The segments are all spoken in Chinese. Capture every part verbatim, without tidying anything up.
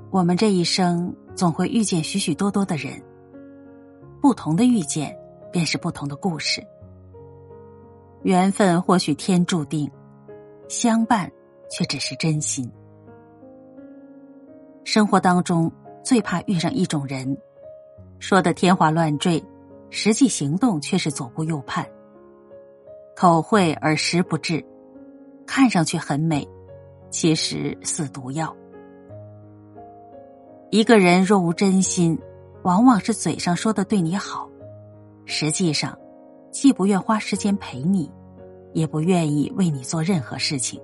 我们这一生总会遇见许许多多的人，不同的遇见便是不同的故事。缘分或许天注定，相伴却只是真心。生活当中最怕遇上一种人，说的天花乱坠，实际行动却是左顾右盼，口惠而实不至，看上去很美，其实似毒药。一个人若无真心，往往是嘴上说的对你好，实际上既不愿花时间陪你，也不愿意为你做任何事情。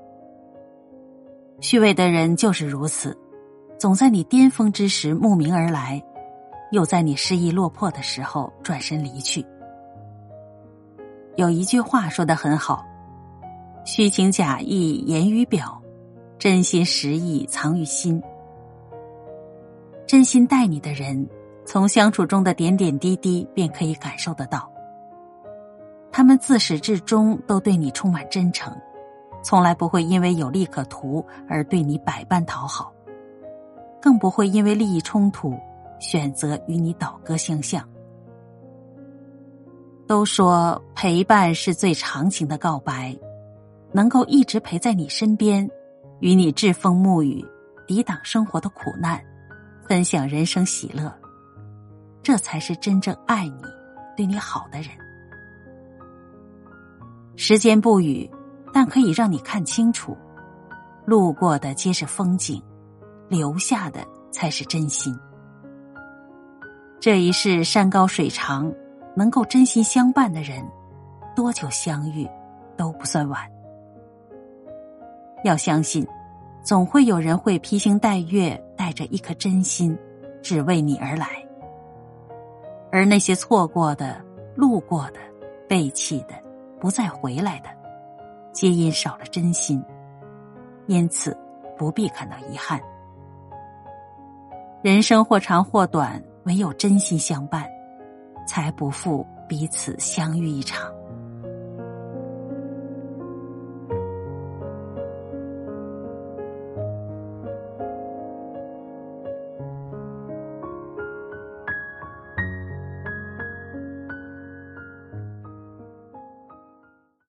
虚伪的人就是如此，总在你巅峰之时慕名而来，又在你失意落魄的时候转身离去。有一句话说得很好，虚情假意言于表，真心实意藏于心。真心待你的人，从相处中的点点滴滴便可以感受得到。他们自始至终都对你充满真诚，从来不会因为有利可图而对你百般讨好，更不会因为利益冲突选择与你倒戈相向。都说陪伴是最长情的告白，能够一直陪在你身边，与你栉风沐雨，抵挡生活的苦难，分享人生喜乐，这才是真正爱你对你好的人。时间不语，但可以让你看清楚，路过的皆是风景，留下的才是真心。这一世山高水长，能够真心相伴的人，多久相遇都不算晚。要相信，总会有人会披星戴月，带着一颗真心，只为你而来。而那些错过的、路过的、背弃的、不再回来的，皆因少了真心，因此不必感到遗憾。人生或长或短，唯有真心相伴，才不负彼此相遇一场。